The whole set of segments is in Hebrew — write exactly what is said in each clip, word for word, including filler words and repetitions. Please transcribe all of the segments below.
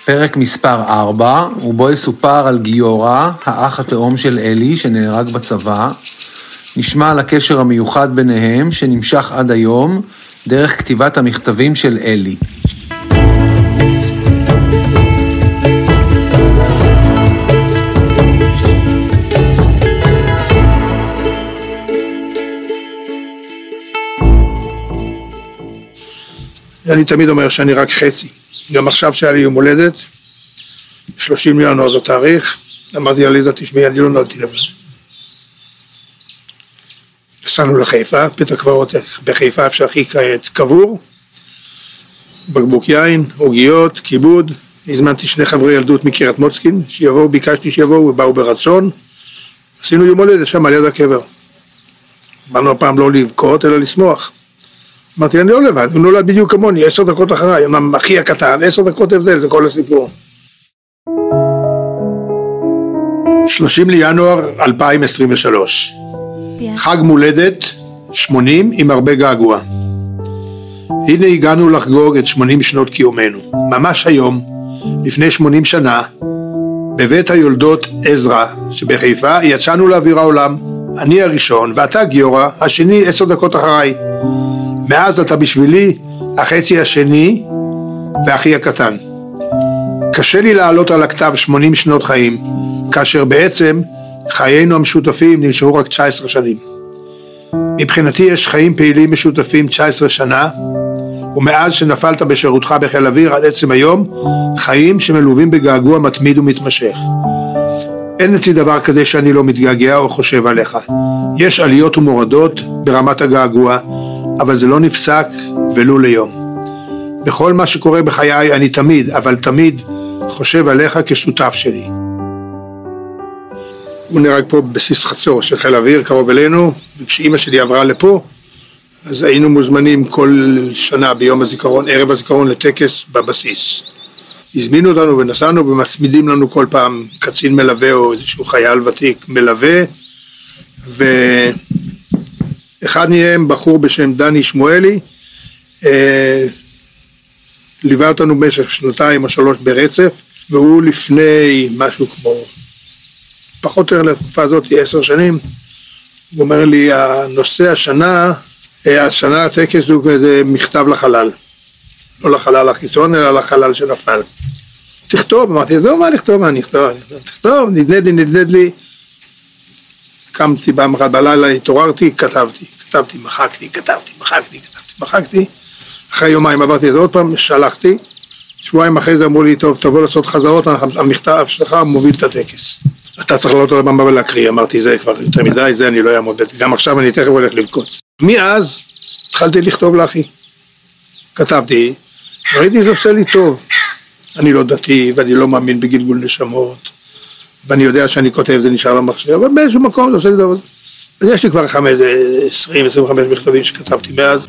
פרק מספר ארבע, ובו יסופר על גיורא, האח התאום של אלי שנהרג בצבא. נשמע על הקשר המיוחד ביניהם שנמשך עד היום דרך כתיבת המכתבים של אלי. אני תמיד אומר שאני רק חצי. גם עכשיו שהיה לי יום הולדת, שלושים לינואר זה תאריך, אמרתי עליזה, תשמעי, אני לא נולדתי לבד. נסענו לחיפה, בית הקברות בחיפה אפשר הכי קבור, בקבוק יין, עוגיות, כיבוד, הזמנתי שני חברי ילדות מקריית מוצקין, שיבואו, ביקשתי שיבואו, ובאו ברצון, עשינו יום הולדת שם על יד הקבר. אמרנו הפעם לא לבכות, אלא לשמוח. אמרתי, אני לא לבד, הוא נולד בדיוק כמוני, עשר דקות אחריי, עם אחי הקטן, עשר דקות הבדל, זה כל הסיפור. שלושים לינואר אלפיים עשרים ושלוש, חג מולדת שמונים עם הרבה געגוע. הנה הגענו לחגוג את שמונים שנות קיומנו. ממש היום, לפני שמונים שנה, בבית היולדות עזרא שבחיפה, יצאנו לאוויר העולם, אני הראשון, ואתה גיורא, השני עשר דקות אחריי. מאז אתה בשבילי החצי השני ואחי הקטן. קשה לי לעלות על הכתב שמונים שנות חיים, כאשר בעצם חיינו המשותפים נמשכו רק תשע עשרה שנים. מבחינתי יש חיים פעילים משותפים תשע עשרה שנה, ומאז שנפלת בשירותך בחיל אוויר עד עצם היום, חיים שמלווים בגעגוע מתמיד ומתמשך. אין אצלי דבר כזה שאני לא מתגעגע או חושב עליך. יש עליות ומורדות ברמת הגעגוע, אבל זה לא נפסק ולו ליום. בכל מה שקורה בחיי אני תמיד, אבל תמיד חושב עליך כשותף שלי. הוא נהרג פה בסיס חצור של חיל אוויר, קרוב אלינו, וכשאימא שלי עברה לפה, אז היינו מוזמנים כל שנה ביום הזיכרון, ערב הזיכרון, לטקס בבסיס. הזמינו אותנו ונסענו ומצמידים לנו כל פעם קצין מלווה או איזשהו חייל ותיק מלווה, ואחד מהם, בחור בשם דני שמואלי, אה, ליווה אותנו במשך שנתיים או שלוש ברצף, והוא לפני משהו כמו, פחות או יותר לתקופה הזאת, עשר שנים, הוא אומר לי, הנושא השנה, השנה הטקס הוא כזה מכתב לחלל. לא לחלל החיצון, אלא לחלל שנפל. תכתוב, אמרתי, זהו מה לכתוב, מה אני אכתוב, תכתוב, נדנד לי, נדנד לי. קמתי פעם אחת בלילה, התעוררתי, כתבתי, כתבתי, מחקתי, כתבתי, מחקתי, כתבתי, מחקתי. אחרי יומיים עברתי את זה עוד פעם, שלחתי. שבועיים אחרי זה אמרו לי, טוב, תבוא לעשות חזרות, המכתב שלך מוביל את הטקס. אתה צריך לעלות על הבמה ולהקריא, אמרתי, זה כבר יותר מדי, זה אני לא אעמוד בזה. גם עכשיו אני תכף הולך לבכות. מאז התחלתי לכתוב לאחי. כתבתי, ראיתי שזה עושה לי טוב. אני לא דתי, ואני לא מאמין בגלגול נשמות, ואני יודע שאני כותב, זה נשאר למחשב, אבל באיזשהו מקום זה עושה לי טוב. אז יש לי כבר חמש, עשרים, עשרים וחמש מכתבים שכתבתי מאז.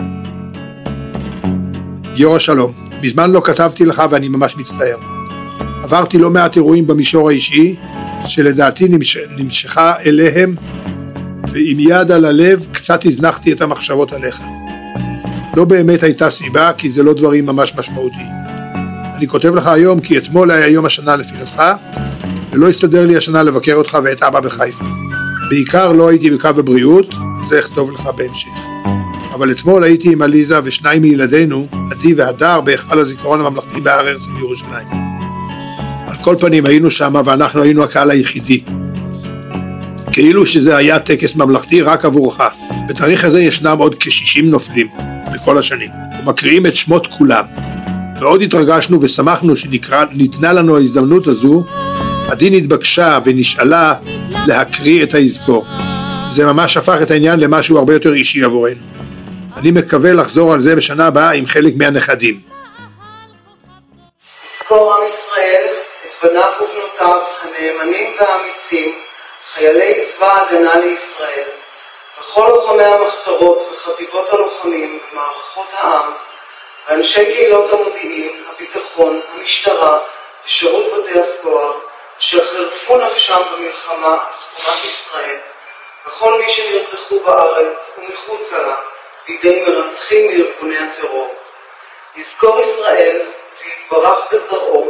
גיורא שלום, מזמן לא כתבתי לך ואני ממש מצטער. עברתי לא מעט אירועים במישור האישי, שלדעתי נמש... נמשכה אליהם, ועם יד על הלב קצת הזנחתי את המחשבות עליך. לא באמת הייתה סיבה, כי זה לא דברים ממש משמעותיים. אני כותב לך היום, כי אתמול היה יום השנה לפילתך, ולא הסתדר לי השנה לבקר אותך ואת אבא בחיפה. בעיקר לא הייתי בקו הבריאות, זה אכתוב לך בהמשך. אבל אתמול הייתי עם עליזה ושניים מילדינו, עדי והדר, בהיכל הזיכרון הממלכתי בהר הרצל בירושלים. על כל פנים היינו שם, ואנחנו היינו הקהל היחידי. כאילו שזה היה טקס ממלכתי רק עבורך. בתאריך הזה ישנם עוד כ-שישים נופלים בכל השנים, ומקריאים את שמות כולם. מאוד התרגשנו ושמחנו שניתנה לנו ההזדמנות הזו. עדי נתבקשה ונשאלה להקריא את האזכור. זה ממש הפך את העניין למשהו הרבה יותר אישי עבורנו. אני מקווה לחזור על זה בשנה הבאה עם חלק מהנכדים. יזכור עם ישראל את בניו ובנותיו הנאמנים והאמיצים, חיילי צבא ההגנה לישראל, וכל לוחמי המחתרות וחטיבות הלוחמים במערכות העם, ואנשי קהילות המודיעין, הביטחון, המשטרה ושירות בתי הסוהר, אשר חירפו נפשם במלחמה על תקומת ישראל, וכל מי שנרצחו בארץ ומחוצה לה בידי מרצחים מארגוני הטרור. יזכור ישראל ויתברך בזרעו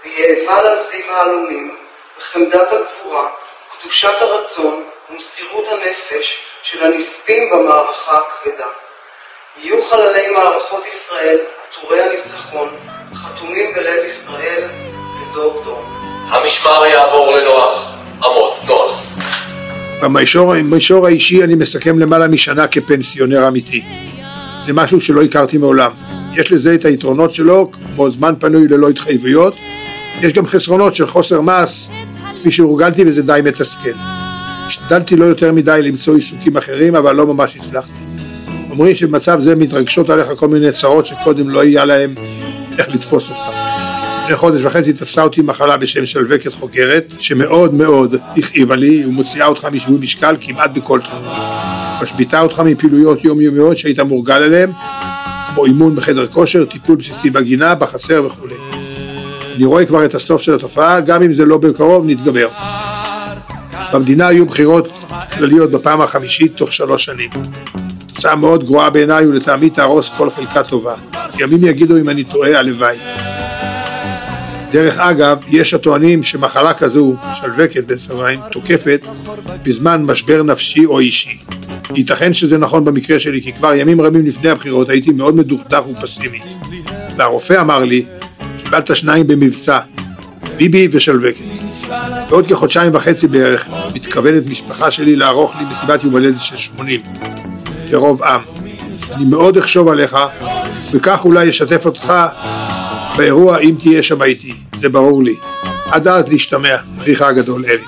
ויאבל על זיו העלומים, וחמדת הגבורה, קדושת הרצון ומסירות הנפש של הנספים במערכה הכבדה. יהיו חללי מערכות ישראל, עטורי הניצחון, חתומים בלב ישראל לדור דור. המשמר יעבור לנוח, עמוד נוח. במישור, במישור האישי אני מסכם למעלה משנה כפנסיונר אמיתי. זה משהו שלא הכרתי מעולם. יש לזה את היתרונות שלו, כמו זמן פנוי ללא התחייבויות. יש גם חסרונות של חוסר מס, כפי שהורגלתי, וזה די מתסכל. השתדלתי לא יותר מדי למצוא עיסוקים אחרים, אבל לא ממש הצלחתי. אומרים שבמצב זה מתרגשות עליך כל מיני צרות שקודם לא היה להם איך לתפוס אותך. לפני חודש וחצי תפסה אותי מחלה בשם שלווקת חוקרת, שמאוד מאוד הכאיבה לי, ומוציאה אותך משיווי משקל כמעט בכל תחום. משביתה אותך מפעילויות יומיומיות שהיית מורגל אליהם, כמו אימון בחדר כושר, טיפול בסיסי בגינה, בחצר וכו'. אני רואה כבר את הסוף של התופעה, גם אם זה לא בקרוב, נתגבר. במדינה היו בחירות כלליות בפעם החמישית תוך שלוש שנים. תוצאה מאוד גרועה בעיניי ולטעמי תהרוס כל חלקה טובה. ימים יגידו אם אני טועה, הלוואי. דרך אגב, יש הטוענים שמחלה כזו, שלווקת בסוגריים, תוקפת בזמן משבר נפשי או אישי. ייתכן שזה נכון במקרה שלי, כי כבר ימים רבים לפני הבחירות הייתי מאוד מדוכדך ופסימי. והרופא אמר לי, קיבלת שניים במבצע, ביבי ושלווקת. בעוד כחודשיים וחצי בערך מתכוונת משפחה שלי לערוך לי מסיבת יום הולדת של שמונים, כרוב עם. אני מאוד אחשוב עליך, וכך אולי אשתף אותך באירוע אם תהיה שם איתי, זה ברור לי. עד אז להשתמע, אחיך הגדול אלי.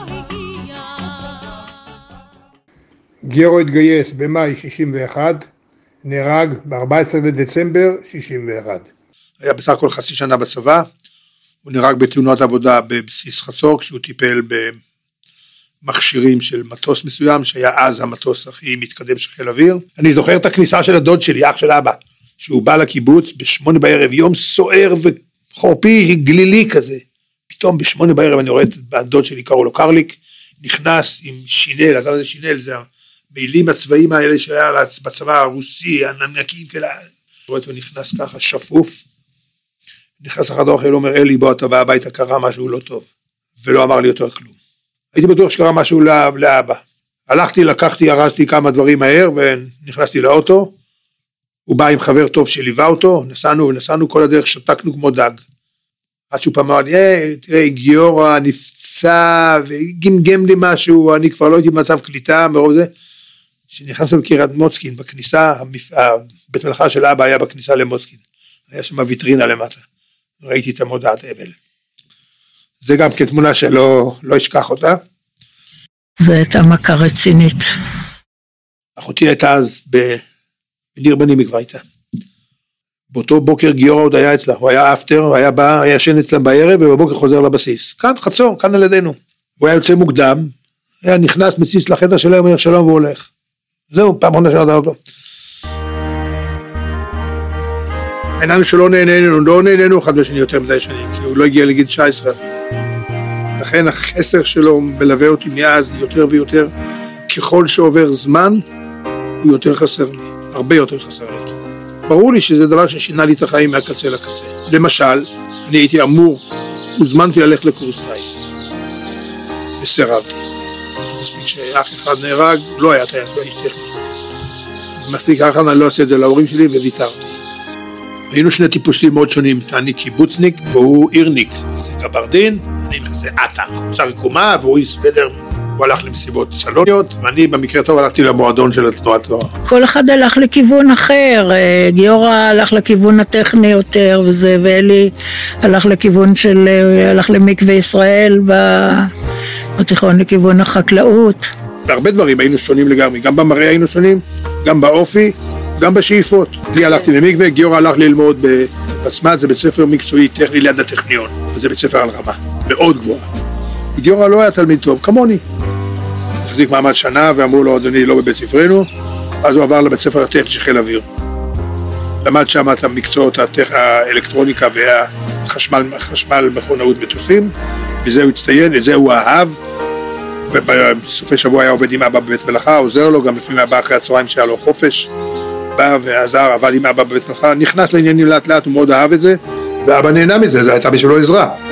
גיורו התגייס במאי שישים ואחת, נהרג ב-ארבעה עשר לדצמבר שישים ואחת. היה בסך הכל חצי שנה בצבא, הוא נהרג בתאונת עבודה בבסיס חצור, כשהוא טיפל במכשירים של מטוס מסוים, שהיה אז המטוס הכי מתקדם של חיל אוויר. אני זוכר את הכניסה של הדוד שלי, אח של אבא, שהוא בא לקיבוץ בשמונה בערב, יום סוער וחורפי גלילי כזה. פתאום בשמונה בערב אני רואה את הדוד שלי, קראו לו קרליק, נכנס עם שינל, אתה יודע זה שינל, זה המילים הצבאיים האלה שהיה בצבא הרוסי, הענקים כאלה, רואה אותו נכנס ככה שפוף, נכנס אחד האוכל, הוא אומר, אלי, בוא אתה בא הביתה, קרה משהו לא טוב, ולא אמר לי יותר כלום. הייתי בטוח שקרה משהו לאבא. הלכתי, לקחתי, הרזתי כמה דברים מהר, ונכנסתי לאוטו, הוא בא עם חבר טוב שליווה אותו, נסענו ונסענו כל הדרך, שתקנו כמו דג. עד שהוא פעם אמר לי, היי, תראה, גיורא נפצע, וגמגם לי משהו, אני כבר לא הייתי במצב קליטה, מרוב זה, שנכנסנו לקריית מוצקין, בכניסה, בית מלאכה של אבא היה בכניסה למוצקין, היה שם ויטרינה למטה, ראיתי את המודעת אבל. זה גם כתמונה שלא לא אשכח אותה. זו הייתה מכה רצינית. אחותי הייתה אז בניר בנים, היא כבר הייתה. באותו בוקר גיורא עוד היה אצלה, הוא היה אפטר, הוא היה בא, היה ישן אצלם בערב, ובבוקר חוזר לבסיס. כאן, חצור, כאן על ידינו. הוא היה יוצא מוקדם, היה נכנס, מציץ לחדר שלהם, אומר שלום והולך. זהו, פעם אחרונה שנדע אותו. העניין שלא נהנינו, לא נהנינו אחד בשני יותר מדי שנים, כי הוא לא הגיע לגיל תשע עשרה אפילו. לכן החסר שלו מלווה אותי מאז יותר ויותר, ככל שעובר זמן, הוא יותר חסר לי, הרבה יותר חסר לי. ברור לי שזה דבר ששינה לי את החיים מהקצה לקצה. למשל, אני הייתי אמור, הוזמנתי ללכת לקורס טייס, וסירבתי. מספיק שאח אחד נהרג, לא היה טייס, הוא היה איש טכני. מספיק אח אחד, אני לא אעשה את זה להורים שלי, וויתרתי. היינו שני טיפוסים מאוד שונים, אני קיבוצניק והוא עירניק, זה גברדין, אני כזה עטה, חוצה רקומה, והוא איש סוודר, הוא הלך למסיבות סלוניות, ואני במקרה טוב הלכתי למועדון של התנועת נוער. כל אחד הלך לכיוון אחר, גיורא הלך לכיוון הטכני יותר, וזה, ואלי הלך לכיוון של, הלך למקווה ישראל, בתיכון לכיוון החקלאות. בהרבה דברים היינו שונים לגמרי, גם במראה היינו שונים, גם באופי, גם בשאיפות. אני הלכתי למקווה, גיורא הלך ללמוד בבצמת, זה בית ספר מקצועי טכני ליד הטכניון, וזה בית ספר על רמה, מאוד גבוהה. גיורא לא היה תלמיד טוב, כמוני. החזיק מעמד שנה ואמרו לו, אדוני, לא בבית ספרנו, אז הוא עבר לבית ספר הטכני של חיל אוויר. למד שם את המקצועות האלקטרוניקה והחשמל, חשמל מכונאות מטוסים, וזה הוא הצטיין, את זה הוא אהב, ובסופי שבוע היה עובד עם אבא בבית מלאכה, עוזר לו, גם לפעמים אבא אחרי הצהריים שהיה לו חופש, בא ועזר, עבד עם אבא בבית מלאכה, נכנס לעניינים לאט לאט, הוא מאוד אהב את זה, ואבא נהנה מזה, זה הייתה בשבילו עזרה.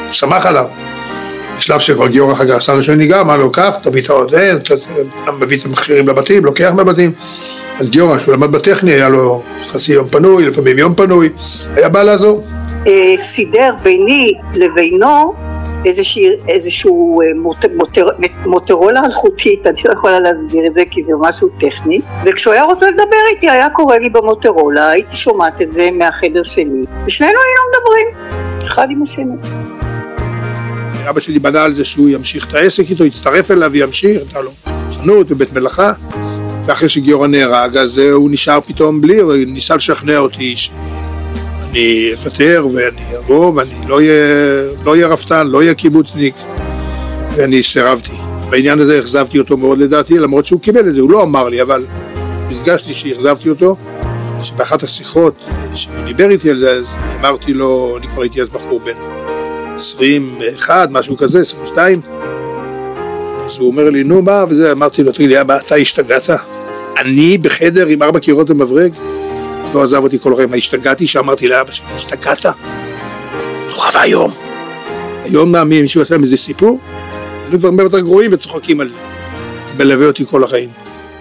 שמח עליו. בשלב שכבר גיורא אחר כך עשה רישיון נהיגה, אמר לו, קח, תביא את העודד, אתה מביא את המחירים לבתים, לוקח מהבתים. אז גיורא, שהוא למד בטכני, היה לו חצי יום פנוי, לפעמים יום פנוי, היה בא לעזור. סידר ביני לבינו איזשהו מוטורולה אלחוטית, אני לא יכולה להסביר את זה כי זה משהו טכני, וכשהוא היה רוצה לדבר איתי, היה קורא לי במוטורולה, הייתי שומעת את זה מהחדר שלי, ושנינו היינו מדברים, אחד עם השני. אבא שלי בנה על זה שהוא ימשיך את העסק איתו, יצטרף אליו וימשיך, הייתה לו חנות בבית מלאכה, ואחרי שגיורא נהרג, אז הוא נשאר פתאום בלי, הוא ניסה לשכנע אותי שאני אוותר ואני אבוא, ואני לא אהיה רפתן, לא אהיה קיבוצניק, ואני סירבתי. בעניין הזה החזבתי אותו מאוד לדעתי, למרות שהוא קיבל את זה, הוא לא אמר לי, אבל הרגשתי שהחזבתי אותו, שבאחת השיחות שהוא דיבר איתי על זה, אז אמרתי לו, אני כבר הייתי אז בחור בן עשרים ואחת, משהו כזה, עשרים ושתיים, אז הוא אומר לי, נו מה, וזה, אמרתי לו, תגיד לי, אבא, אתה השתגעת? אני בחדר עם ארבע קירות ומברג? לא עזב אותי כל רעים, השתגעתי, שאמרתי לאבא שלי, השתגעת? נורא והיום. היום מאמין, מישהו עשה מזה סיפור, אני כבר הרבה יותר גרועים וצוחקים על זה. זה מלווה אותי כל החיים.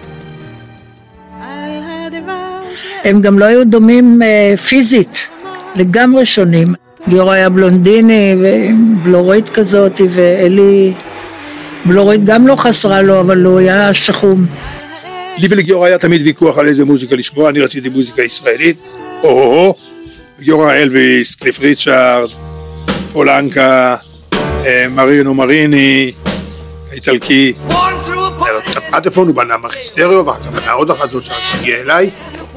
הם גם לא היו דומים פיזית, לגמרי שונים. גיורא היה בלונדיני ובלורית כזאת, ואלי בלורית גם לא חסרה לו, אבל הוא היה שחום. לי ולגיורא היה תמיד ויכוח על איזה מוזיקה לשמוע, אני רציתי מוזיקה ישראלית, הו-הו-הו, גיורא אלוויס, קליף ריצ'ארד, פולנקה, מרינו מריני, איטלקי. את הפטפון הוא בנה מחיסטריו, ואחר כך בנה עוד אחת זאת שהגיעה אליי.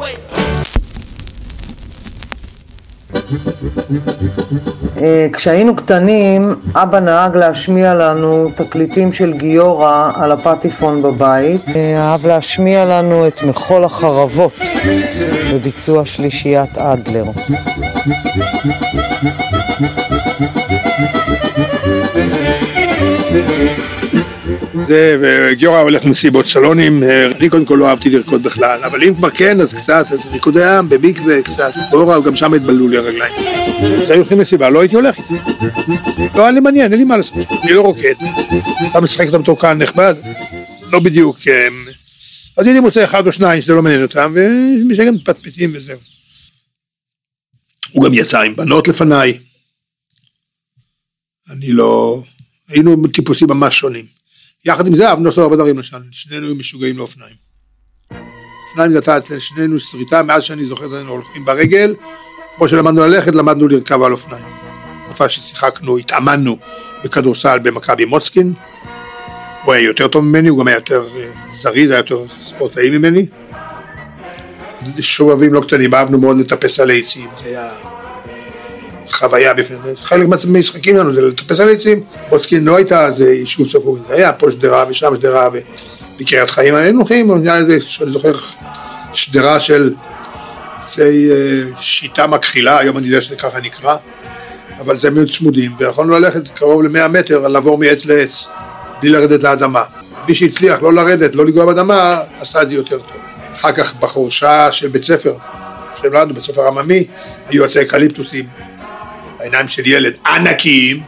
כשהיינו קטנים, אבא נהג להשמיע לנו תקליטים של גיורא על הפטיפון בבית. אהב להשמיע לנו את מחול החרבות בביצוע שלישיית אדלר. זה, וגיורא הולך למסיבות סלונים, אני קודם כל לא אהבתי לרקוד בכלל, אבל אם כבר כן, אז קצת, אז ריקודי עם, במקווה, קצת, גיורא, גם שם התבללו לי הרגליים. אז היו הולכים לסיבה, לא הייתי הולך איתי. לא, אין לי מעניין, אין לי מה לעשות, אני לא רוקד. אתה משחק אותם אותו כאן נכבד, לא בדיוק. אז הייתי מוצא אחד או שניים שזה לא מעניין אותם, ומשגם פטפטים וזהו. הוא גם יצא עם בנות לפניי. אני לא... היינו טיפוסים ממש שונים. יחד עם זה, אהבנו לעשות הרבה דברים לשם, שנינו היו משוגעים לאופניים. אופניים זאתה אצלנו, שנינו שריטה, מאז שאני זוכר אותנו הולכים ברגל, כמו שלמדנו ללכת, למדנו לרכב על אופניים. תקופה ששיחקנו, התאמנו בכדורסל במכבי מוצקין, הוא היה יותר טוב ממני, הוא גם היה יותר זריז, היה יותר ספורטאי ממני. שובבים לא קטנים, אהבנו מאוד לטפס על העצים, זה היה... חוויה בפני זה, חלק מהמשחקים לנו זה לטפס על עצים, מוצקין לא הייתה, זה יישוב צפוי, זה היה פה שדרה ושם שדרה ובקריית חיים, היינו הולכים, אני זוכר שדרה של שיטה מכחילה, היום אני יודע שזה ככה נקרא, אבל זה מאוד צמודים, ויכולנו ללכת קרוב ל-מאה מטר, לעבור מעץ לעץ, בלי לרדת לאדמה. מי שהצליח לא לרדת, לא לגוע באדמה, עשה את זה יותר טוב. אחר כך בחורשה של בית ספר, שלנו, בית ספר עממי, היו עצי אקליפטוסים, בעיניים של ילד ענקיים,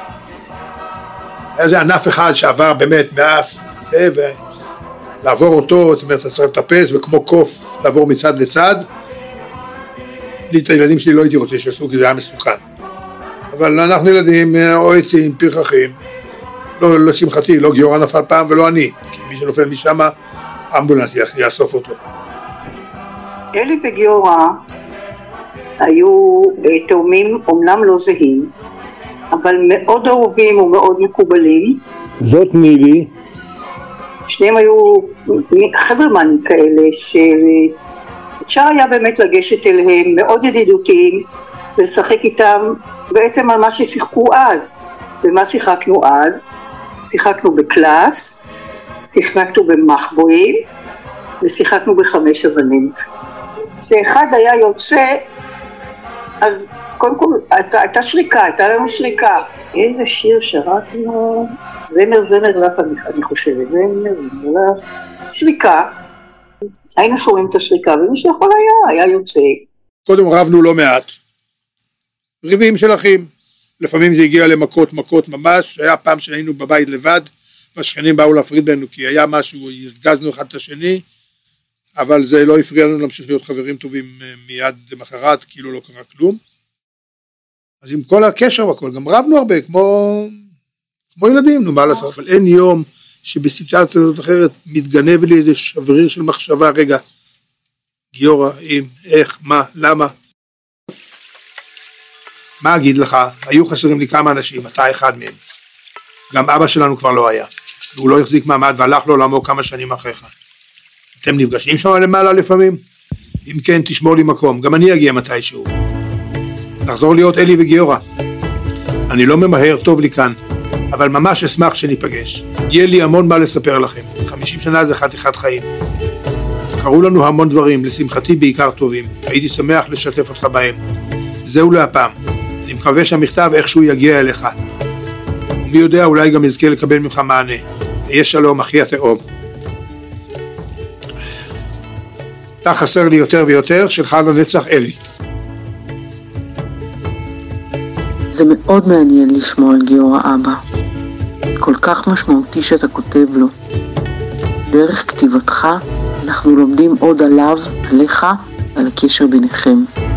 היה זה ענף אחד שעבר באמת מאף, ולעבור אותו, זאת אומרת, אתה צריך לטפס, וכמו קוף, לעבור מצד לצד, אני את הילדים שלי לא הייתי רוצה שעשו, כי זה היה מסוכן. אבל אנחנו ילדים, או עצים, פרחחים, לא, לא שמחתי, לא גיורא נפל פעם ולא אני, כי מי שנופל משם, אמבולנס יאסוף אותו. אלי וגיורא היו תאומים אומנם לא זהים, אבל מאוד אהובים ומאוד מקובלים. זאת מילי. שניהם היו חברמנים כאלה, שאפשר היה באמת לגשת אליהם, מאוד ידידותיים, ולשחק איתם בעצם על מה ששיחקו אז. ומה שיחקנו אז? שיחקנו בקלאס, שיחקנו במחבואים, ושיחקנו בחמש אבנים. שאחד היה יוצא, אז קודם כל, הייתה, הייתה שריקה, הייתה לנו שריקה. איזה שיר שרקנו, זמר זמר לך, אני חושבת, זמר זמר לך, שריקה. היינו שומעים את השריקה, ומי שיכול היה, היה יוצא. קודם רבנו לא מעט, ריבים של אחים, לפעמים זה הגיע למכות, מכות ממש, היה פעם שהיינו בבית לבד, והשכנים באו להפריד בינינו, כי היה משהו, הרגזנו אחד את השני, אבל זה לא הפריע לנו להמשיך להיות חברים טובים מיד למחרת, כאילו לא קרה כלום. אז עם כל הקשר והכל, גם רבנו הרבה, כמו, כמו ילדים, נו מה לעשות, אבל אין יום שבסיטואציה הזאת אחרת מתגנב לי איזה שבריר של מחשבה, רגע, גיורא, אם, איך, מה, למה? מה אגיד לך? היו חסרים לי כמה אנשים, אתה אחד מהם. גם אבא שלנו כבר לא היה, והוא לא החזיק מעמד והלך לו לעמו כמה שנים אחריך. אתם נפגשים שם למעלה לפעמים? אם כן, תשמור לי מקום, גם אני אגיע מתישהו. נחזור להיות אלי וגיורא. אני לא ממהר, טוב לי כאן, אבל ממש אשמח שניפגש. יהיה לי המון מה לספר לכם, חמישים שנה זה חתיכת חיים. קראו לנו המון דברים, לשמחתי בעיקר טובים, הייתי שמח לשתף אותך בהם. זהו להפעם, אני מקווה שהמכתב איכשהו יגיע אליך. ומי יודע, אולי גם יזכה לקבל ממך מענה. ויש שלום, אחי התאום. אתה חסר לי יותר ויותר, שלך לנצח אלי. זה מאוד מעניין לשמוע על גיורא אבא. כל כך משמעותי שאתה כותב לו. דרך כתיבתך אנחנו לומדים עוד עליו, עליך, על הקשר ביניכם.